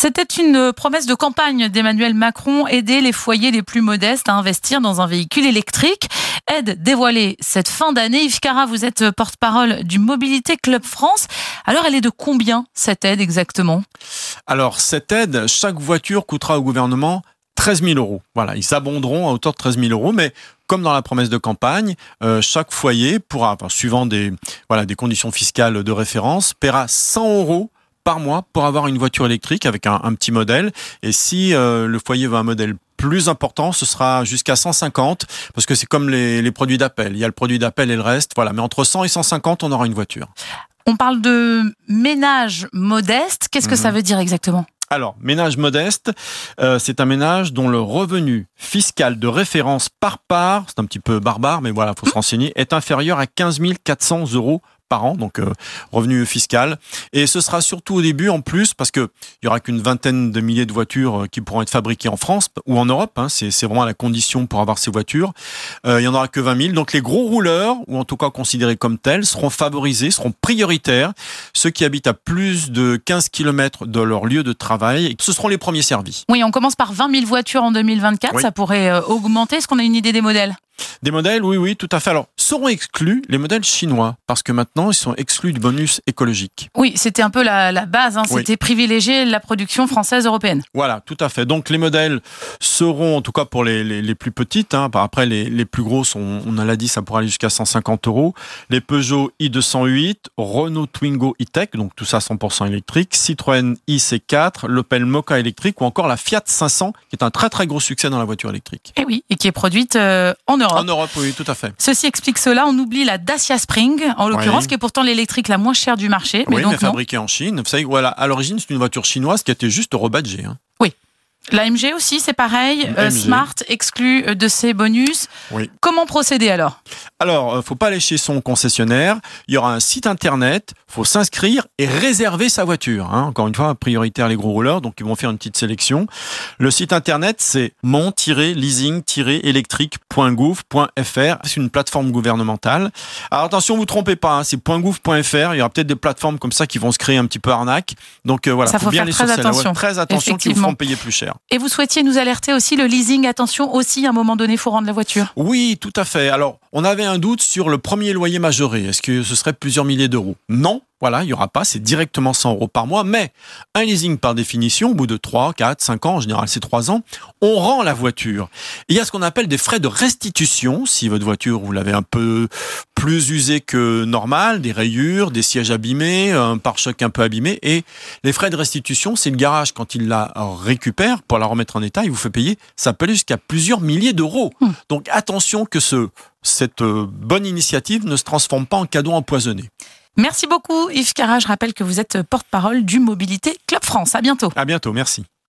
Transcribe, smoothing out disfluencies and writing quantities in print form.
C'était une promesse de campagne d'Emmanuel Macron, aider les foyers les plus modestes à investir dans un véhicule électrique. Aide dévoilée cette fin d'année. Yves Carra, vous êtes porte-parole du Mobilité Club France. Alors, elle est de combien cette aide exactement ? Alors, cette aide, chaque voiture coûtera au gouvernement 13 000 €. Voilà, ils abonderont à hauteur de 13 000 €, mais comme dans la promesse de campagne, chaque foyer pourra, suivant des conditions fiscales de référence, paiera 100 € par mois pour avoir une voiture électrique avec un petit modèle. Et si le foyer veut un modèle plus important, ce sera jusqu'à 150, parce que c'est comme les produits d'appel. Il y a le produit d'appel et le reste. Voilà, mais entre 100 et 150, on aura une voiture. On parle de ménage modeste. Qu'est-ce que ça veut dire exactement ? Alors, ménage modeste, c'est un ménage dont le revenu fiscal de référence par part, c'est un petit peu barbare, mais voilà, faut se renseigner, est inférieur à 15 400 € par an, donc revenu fiscal. Et ce sera surtout au début en plus, parce qu'il n'y aura qu'une vingtaine de milliers de voitures qui pourront être fabriquées en France ou en Europe. C'est vraiment la condition pour avoir ces voitures. Il n'y en aura que 20 000. Donc les gros rouleurs, ou en tout cas considérés comme tels, seront favorisés, seront prioritaires. Ceux qui habitent à plus de 15 km de leur lieu de travail, ce seront les premiers servis. Oui, on commence par 20 000 voitures en 2024. Oui. Ça pourrait augmenter. Est-ce qu'on a une idée des modèles ? Des modèles, oui, tout à fait. Alors, seront exclus les modèles chinois, parce que maintenant, ils sont exclus du bonus écologique. Oui, c'était un peu la base, c'était privilégier la production française européenne. Voilà, tout à fait. Donc, les modèles seront, en tout cas pour les plus petites, après les plus grosses, on l'a dit, ça pourra aller jusqu'à 150 €. Les Peugeot i208, Renault Twingo e-Tech, donc tout ça 100% électrique, Citroën IC4, l'Opel Mokka électrique, ou encore la Fiat 500, qui est un très très gros succès dans la voiture électrique. Et oui, et qui est produite en Europe. En Europe, oui, tout à fait. Ceci explique cela. On oublie la Dacia Spring, en l'occurrence, qui est pourtant l'électrique la moins chère du marché. Mais donc, mais fabriquée en Chine. Vous savez, voilà, à l'origine, c'est une voiture chinoise qui a été juste rebadgée. Oui. La MG aussi, c'est pareil. Smart exclu de ces bonus. Oui. Comment procéder alors ? Alors, faut pas aller chez son concessionnaire. Il y aura un site internet. Faut s'inscrire et réserver sa voiture. Encore une fois, prioritaire les gros rouleurs, donc ils vont faire une petite sélection. Le site internet, c'est mon-leasing-électrique.gouv.fr. C'est une plateforme gouvernementale. Alors attention, vous trompez pas. C'est .gouv.fr. Il y aura peut-être des plateformes comme ça qui vont se créer un petit peu arnaque. Donc voilà, ça faut bien aller sur celle-là. Très attention, qui vous feront payer plus cher. Et vous souhaitiez nous alerter aussi, le leasing, attention aussi, à un moment donné, il faut rendre la voiture. Oui, tout à fait. Alors, on avait un doute sur le premier loyer majoré. Est-ce que ce serait plusieurs milliers d'euros ? Non. Voilà, il n'y aura pas, c'est directement 100 € par mois. Mais un leasing, par définition, au bout de 3, 4, 5 ans, en général c'est 3 ans, on rend la voiture. Et il y a ce qu'on appelle des frais de restitution. Si votre voiture, vous l'avez un peu plus usée que normal, des rayures, des sièges abîmés, un pare-choc un peu abîmé. Et les frais de restitution, c'est le garage, quand il la récupère pour la remettre en état, il vous fait payer, ça peut aller jusqu'à plusieurs milliers d'euros. Donc attention que cette bonne initiative ne se transforme pas en cadeau empoisonné. Merci beaucoup Yves Carra. Je rappelle que vous êtes porte-parole du Mobilité Club France. À bientôt. À bientôt, merci.